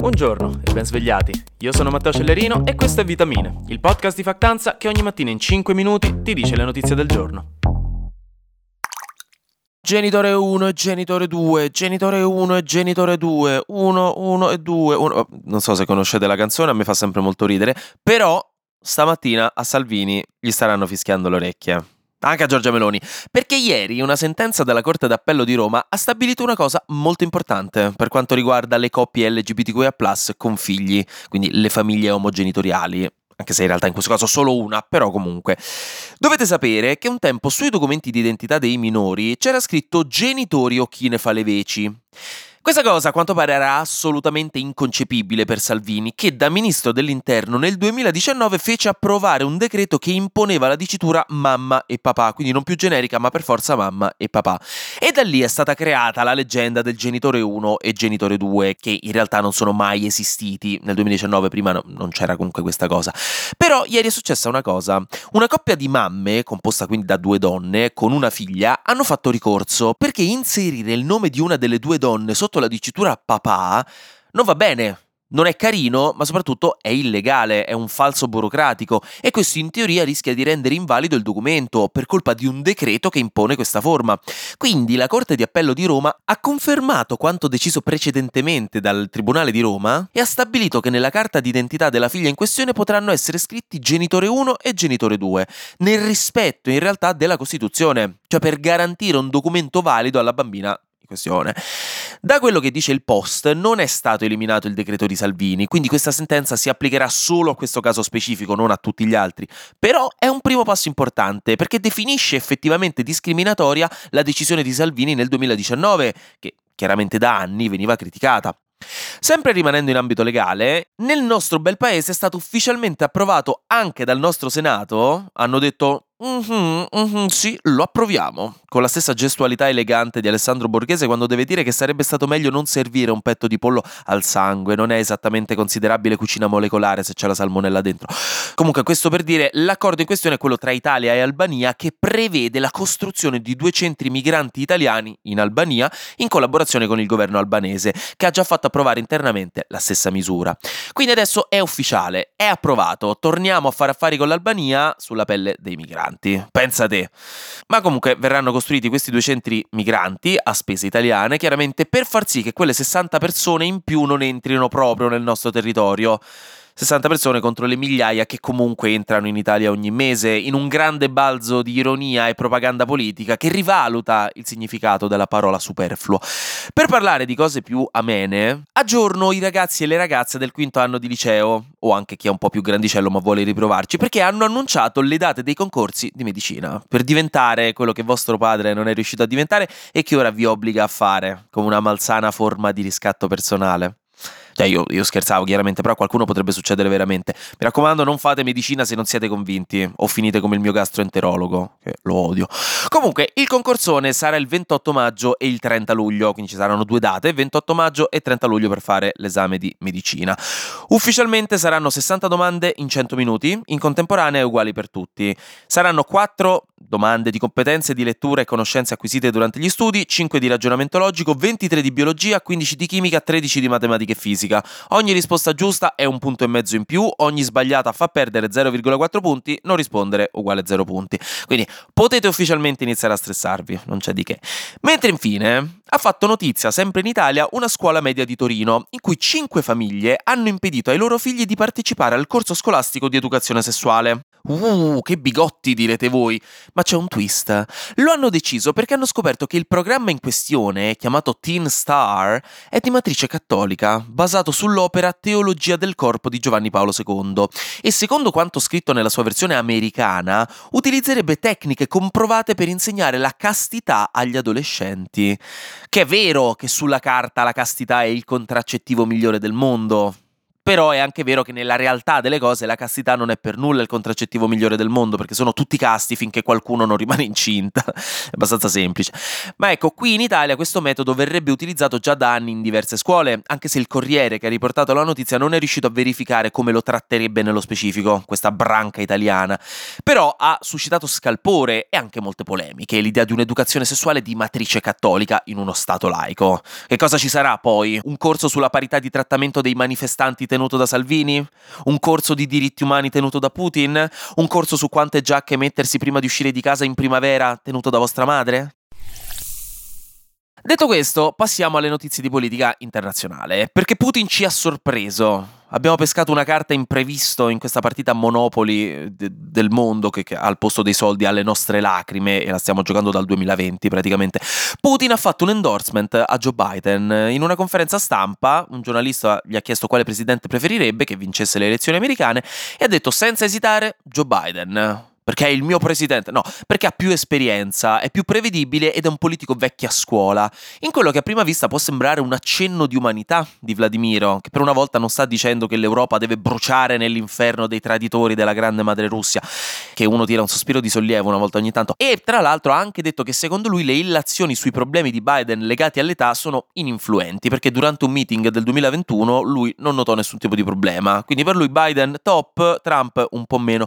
Buongiorno e ben svegliati. Io sono Matteo Cellerino e questo è Vitamine, il podcast di Factanza che ogni mattina in 5 minuti ti dice le notizie del giorno. Genitore 1 e genitore 2, genitore 1 e genitore 2, 1 e 2, 1. Non so se conoscete la canzone, a me fa sempre molto ridere, però stamattina a Salvini gli staranno fischiando le orecchie. Anche a Giorgia Meloni, perché ieri una sentenza della Corte d'Appello di Roma ha stabilito una cosa molto importante per quanto riguarda le coppie LGBTQIA+ con figli, quindi le famiglie omogenitoriali, anche se in realtà in questo caso solo una, però comunque. Dovete sapere che un tempo sui documenti di identità dei minori c'era scritto genitori o chi ne fa le veci. Questa cosa a quanto pare era assolutamente inconcepibile per Salvini, che da ministro dell'interno nel 2019 fece approvare un decreto che imponeva la dicitura mamma e papà, quindi non più generica ma per forza mamma e papà. E da lì è stata creata la leggenda del genitore 1 e genitore 2, che in realtà non sono mai esistiti. Nel 2019 prima non c'era comunque questa cosa. Però ieri è successa una cosa. Una coppia di mamme, composta quindi da due donne, con una figlia, hanno fatto ricorso perché inserire il nome di una delle due donne sotto la dicitura papà non va bene, non è carino, ma soprattutto è illegale, è un falso burocratico e questo in teoria rischia di rendere invalido il documento per colpa di un decreto che impone questa forma. Quindi la Corte di Appello di Roma ha confermato quanto deciso precedentemente dal Tribunale di Roma e ha stabilito che nella carta d'identità della figlia in questione potranno essere scritti genitore 1 e genitore 2, nel rispetto in realtà della Costituzione, cioè per garantire un documento valido alla bambina in questione. Da quello che dice il Post non è stato eliminato il decreto di Salvini, quindi questa sentenza si applicherà solo a questo caso specifico, non a tutti gli altri. Però è un primo passo importante perché definisce effettivamente discriminatoria la decisione di Salvini nel 2019, che chiaramente da anni veniva criticata. Sempre rimanendo in ambito legale, nel nostro bel paese è stato ufficialmente approvato anche dal nostro Senato, hanno detto sì, lo approviamo, con la stessa gestualità elegante di Alessandro Borghese quando deve dire che sarebbe stato meglio non servire un petto di pollo al sangue, non è esattamente considerabile cucina molecolare se c'è la salmonella dentro. Comunque questo per dire, l'accordo in questione è quello tra Italia e Albania che prevede la costruzione di 2 centri migranti italiani in Albania in collaborazione con il governo albanese, che ha già fatto approvare internamente la stessa misura. Quindi adesso è ufficiale, è approvato, torniamo a fare affari con l'Albania sulla pelle dei migranti. Pensa te. Ma comunque verranno costruiti questi 2 centri migranti a spese italiane, chiaramente per far sì che quelle 60 persone in più non entrino proprio nel nostro territorio. 60 persone contro le migliaia che comunque entrano in Italia ogni mese, in un grande balzo di ironia e propaganda politica che rivaluta il significato della parola superfluo. Per parlare di cose più amene, aggiorno i ragazzi e le ragazze del quinto anno di liceo, o anche chi è un po' più grandicello ma vuole riprovarci, perché hanno annunciato le date dei concorsi di medicina, per diventare quello che vostro padre non è riuscito a diventare e che ora vi obbliga a fare, come una malsana forma di riscatto personale. Cioè io scherzavo chiaramente, però a qualcuno potrebbe succedere veramente. Mi raccomando, non fate medicina se non siete convinti o finite come il mio gastroenterologo, che lo odio. Comunque, il concorsone sarà il 28 maggio e il 30 luglio, quindi ci saranno 2 date, 28 maggio e 30 luglio per fare l'esame di medicina. Ufficialmente saranno 60 domande in 100 minuti, in contemporanea e uguali per tutti. Saranno 4 domande di competenze di lettura e conoscenze acquisite durante gli studi, 5 di ragionamento logico, 23 di biologia, 15 di chimica, 13 di matematica e fisica. Ogni risposta giusta è 1,5 punti in più, ogni sbagliata fa perdere 0,4 punti, non rispondere uguale 0 punti. Quindi potete ufficialmente iniziare a stressarvi, non c'è di che. Mentre infine ha fatto notizia sempre in Italia una scuola media di Torino, in cui 5 famiglie hanno impedito ai loro figli di partecipare al corso scolastico di educazione sessuale. Che bigotti direte voi, ma c'è un twist. Lo hanno deciso perché hanno scoperto che il programma in questione, chiamato Teen Star, è di matrice cattolica, basato sull'opera Teologia del corpo di Giovanni Paolo II e secondo quanto scritto nella sua versione americana, utilizzerebbe tecniche comprovate per insegnare la castità agli adolescenti. Che è vero che sulla carta la castità è il contraccettivo migliore del mondo, Però è anche vero che nella realtà delle cose la castità non è per nulla il contraccettivo migliore del mondo, perché sono tutti casti finché qualcuno non rimane incinta. È abbastanza semplice. Ma ecco, qui in Italia questo metodo verrebbe utilizzato già da anni in diverse scuole, anche se il Corriere che ha riportato la notizia non è riuscito a verificare come lo tratterebbe nello specifico, questa branca italiana. Però ha suscitato scalpore e anche molte polemiche l'idea di un'educazione sessuale di matrice cattolica in uno stato laico. Che cosa ci sarà poi? Un corso sulla parità di trattamento dei manifestanti tenuto da Salvini? Un corso di diritti umani tenuto da Putin? Un corso su quante giacche mettersi prima di uscire di casa in primavera tenuto da vostra madre? Detto questo, passiamo alle notizie di politica internazionale, perché Putin ci ha sorpreso. Abbiamo pescato una carta imprevisto in questa partita Monopoli del mondo che al posto dei soldi ha le nostre lacrime e la stiamo giocando dal 2020 praticamente. Putin ha fatto un endorsement a Joe Biden. In una conferenza stampa un giornalista gli ha chiesto quale presidente preferirebbe che vincesse le elezioni americane e ha detto senza esitare Joe Biden. Perché è il mio presidente? No, perché ha più esperienza, è più prevedibile ed è un politico vecchio a scuola. In quello che a prima vista può sembrare un accenno di umanità di Vladimiro, che per una volta non sta dicendo che l'Europa deve bruciare nell'inferno dei traditori della grande madre Russia, che uno tira un sospiro di sollievo una volta ogni tanto. E tra l'altro ha anche detto che secondo lui le illazioni sui problemi di Biden legati all'età sono ininfluenti, perché durante un meeting del 2021 lui non notò nessun tipo di problema. Quindi per lui Biden top, Trump un po' meno.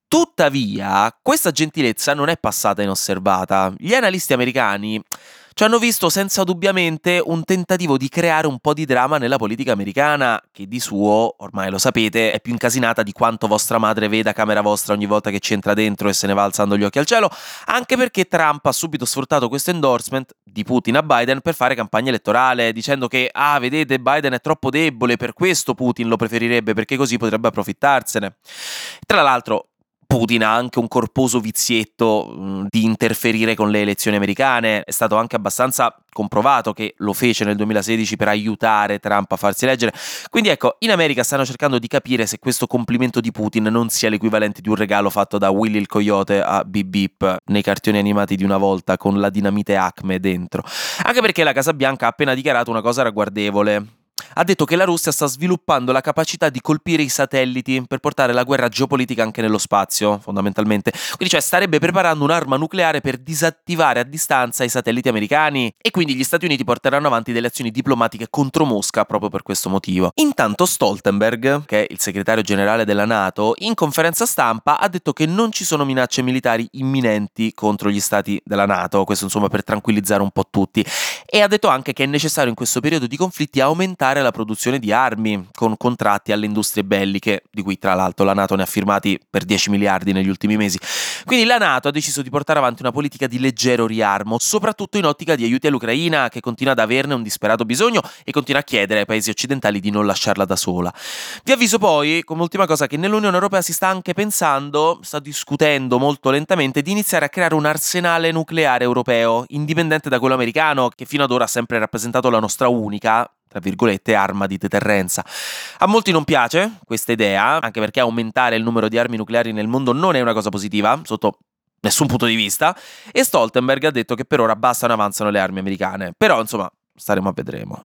Tuttavia, questa gentilezza non è passata inosservata. Gli analisti americani ci hanno visto senza dubbiamente un tentativo di creare un po' di dramma nella politica americana, che di suo, ormai lo sapete, è più incasinata di quanto vostra madre veda camera vostra ogni volta che ci entra dentro e se ne va alzando gli occhi al cielo, anche perché Trump ha subito sfruttato questo endorsement di Putin a Biden per fare campagna elettorale, dicendo che, vedete, Biden è troppo debole, per questo Putin lo preferirebbe, perché così potrebbe approfittarsene. Tra l'altro, Putin ha anche un corposo vizietto di interferire con le elezioni americane. È stato anche abbastanza comprovato che lo fece nel 2016 per aiutare Trump a farsi eleggere. Quindi ecco, in America stanno cercando di capire se questo complimento di Putin non sia l'equivalente di un regalo fatto da Willy il Coyote a Bip Bip nei cartoni animati di una volta con la dinamite Acme dentro. Anche perché la Casa Bianca ha appena dichiarato una cosa ragguardevole. Ha detto che la Russia sta sviluppando la capacità di colpire i satelliti per portare la guerra geopolitica anche nello spazio, fondamentalmente. Quindi cioè starebbe preparando un'arma nucleare per disattivare a distanza i satelliti americani e quindi gli Stati Uniti porteranno avanti delle azioni diplomatiche contro Mosca proprio per questo motivo. Intanto Stoltenberg, che è il segretario generale della NATO, in conferenza stampa ha detto che non ci sono minacce militari imminenti contro gli stati della NATO, questo insomma per tranquillizzare un po' tutti, e ha detto anche che è necessario in questo periodo di conflitti aumentare la produzione di armi con contratti alle industrie belliche, di cui tra l'altro la NATO ne ha firmati per 10 miliardi negli ultimi mesi. Quindi la NATO ha deciso di portare avanti una politica di leggero riarmo, soprattutto in ottica di aiuti all'Ucraina, che continua ad averne un disperato bisogno e continua a chiedere ai paesi occidentali di non lasciarla da sola. Vi avviso poi, come ultima cosa, che nell'Unione Europea si sta anche pensando, sta discutendo molto lentamente, di iniziare a creare un arsenale nucleare europeo, indipendente da quello americano, che fino ad ora ha sempre rappresentato la nostra unica, tra virgolette, arma di deterrenza. A molti non piace questa idea, anche perché aumentare il numero di armi nucleari nel mondo non è una cosa positiva, sotto nessun punto di vista, e Stoltenberg ha detto che per ora bastano e avanzano le armi americane. Però, insomma, staremo a vedremo.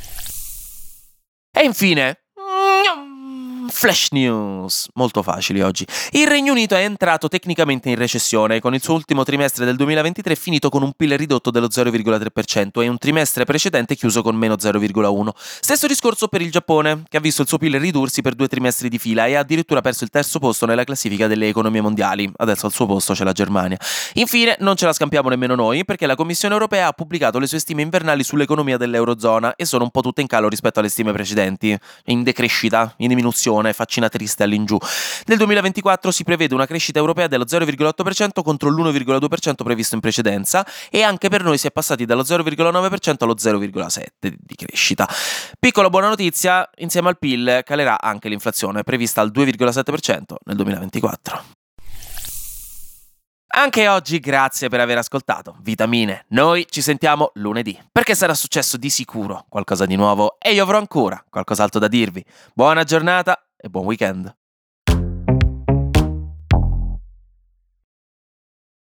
E infine, flash news, molto facili oggi. Il Regno Unito è entrato tecnicamente in recessione, con il suo ultimo trimestre del 2023 finito con un PIL ridotto dello 0,3% e un trimestre precedente chiuso con meno 0,1%. Stesso discorso per il Giappone, che ha visto il suo PIL ridursi per 2 trimestri di fila e ha addirittura perso il terzo posto nella classifica delle economie mondiali. Adesso al suo posto c'è la Germania. Infine, non ce la scampiamo nemmeno noi, perché la Commissione Europea ha pubblicato le sue stime invernali sull'economia dell'Eurozona e sono un po' tutte in calo rispetto alle stime precedenti, in decrescita, in diminuzione, faccina triste all'ingiù. Nel 2024 si prevede una crescita europea dello 0,8% contro l'1,2% previsto in precedenza e anche per noi si è passati dallo 0,9% allo 0,7% di crescita. Piccola buona notizia, insieme al PIL calerà anche l'inflazione, prevista al 2,7% nel 2024. Anche oggi grazie per aver ascoltato Vitamine. Noi ci sentiamo lunedì, perché sarà successo di sicuro qualcosa di nuovo e io avrò ancora qualcos'altro da dirvi. Buona giornata e buon weekend.